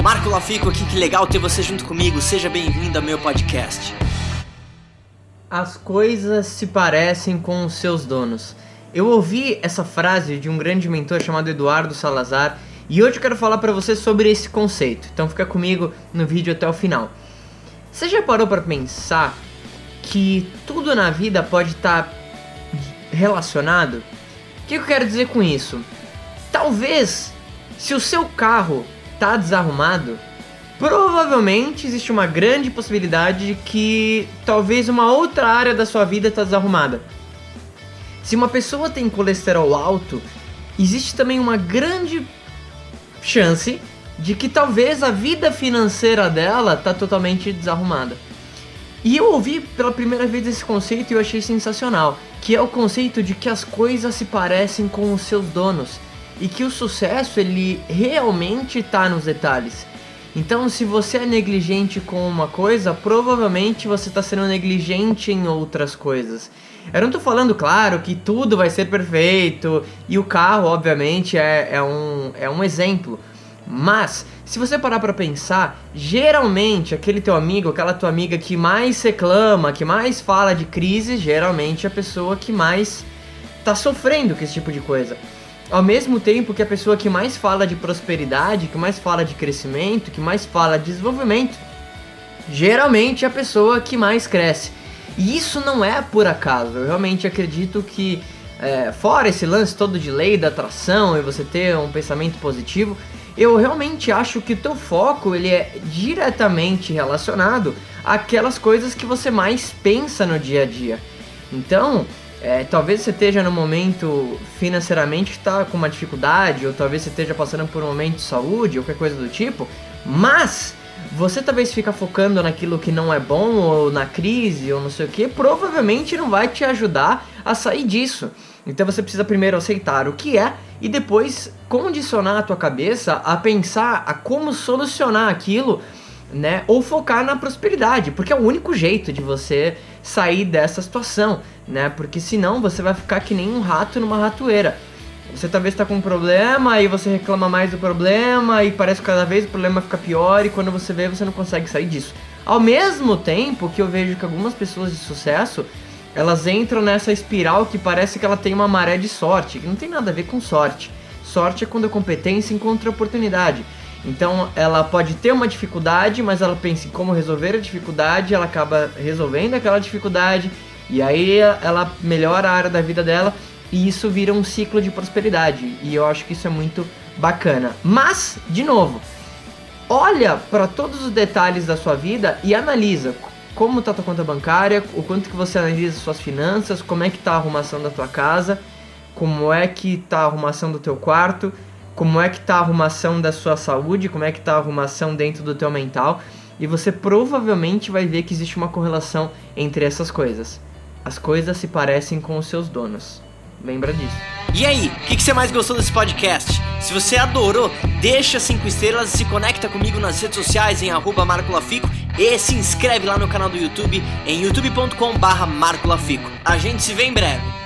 Marco Lafico aqui, que legal ter você junto comigo, seja bem-vindo ao meu podcast. As coisas se parecem com os seus donos. Eu ouvi essa frase de um grande mentor chamado Eduardo Salazar e hoje eu quero falar para você sobre esse conceito, então fica comigo no vídeo até o final. Você já parou para pensar que tudo na vida pode estar relacionado? O que eu quero dizer com isso? Talvez, se o seu carro está desarrumado, provavelmente existe uma grande possibilidade de que talvez uma outra área da sua vida está desarrumada. Se uma pessoa tem colesterol alto, existe também uma grande chance de que talvez a vida financeira dela está totalmente desarrumada. E eu ouvi pela primeira vez esse conceito e eu achei sensacional, que é o conceito de que as coisas se parecem com os seus donos e que o sucesso ele realmente está nos detalhes. Então, se você é negligente com uma coisa, provavelmente você está sendo negligente em outras coisas. Eu não estou falando, claro, que tudo vai ser perfeito e o carro, obviamente, é um exemplo. Mas, se você parar para pensar, geralmente aquele teu amigo, aquela tua amiga que mais reclama, que mais fala de crise, geralmente é a pessoa que mais está sofrendo com esse tipo de coisa. Ao mesmo tempo que a pessoa que mais fala de prosperidade, que mais fala de crescimento, que mais fala de desenvolvimento, geralmente é a pessoa que mais cresce. E isso não é por acaso. Eu realmente acredito que, fora esse lance todo de lei da atração e você ter um pensamento positivo, eu realmente acho que o teu foco ele é diretamente relacionado àquelas coisas que você mais pensa no dia a dia. Então, talvez você esteja num momento financeiramente que está com uma dificuldade, ou talvez você esteja passando por um momento de saúde, ou qualquer coisa do tipo, mas você talvez fica focando naquilo que não é bom, ou na crise, ou não sei o que, provavelmente não vai te ajudar a sair disso. Então você precisa primeiro aceitar o que é, e depois condicionar a tua cabeça a pensar a como solucionar aquilo, né? Ou focar na prosperidade, porque é o único jeito de você sair dessa situação, né? Porque senão você vai ficar que nem um rato numa ratoeira. Você talvez está com um problema e você reclama mais do problema e parece que cada vez o problema fica pior e quando você vê você não consegue sair disso. Ao mesmo tempo que eu vejo que algumas pessoas de sucesso, elas entram nessa espiral que parece que ela tem uma maré de sorte, que não tem nada a ver com sorte. Sorte é quando a competência encontra oportunidade. Então ela pode ter uma dificuldade, mas ela pensa em como resolver a dificuldade, ela acaba resolvendo aquela dificuldade e aí ela melhora a área da vida dela e isso vira um ciclo de prosperidade e eu acho que isso é muito bacana. Mas, de novo, olha para todos os detalhes da sua vida e analisa como está a tua conta bancária, o quanto que você analisa suas finanças, como é que está a arrumação da tua casa, como é que está a arrumação do teu quarto, como é que está a arrumação da sua saúde, como é que está a arrumação dentro do teu mental, e você provavelmente vai ver que existe uma correlação entre essas coisas. As coisas se parecem com os seus donos. Lembra disso. E aí, o que você mais gostou desse podcast? Se você adorou, deixa 5 estrelas e se conecta comigo nas redes sociais em @MarcoLafico e se inscreve lá no canal do YouTube em youtube.com/MarcoLafico. A gente se vê em breve.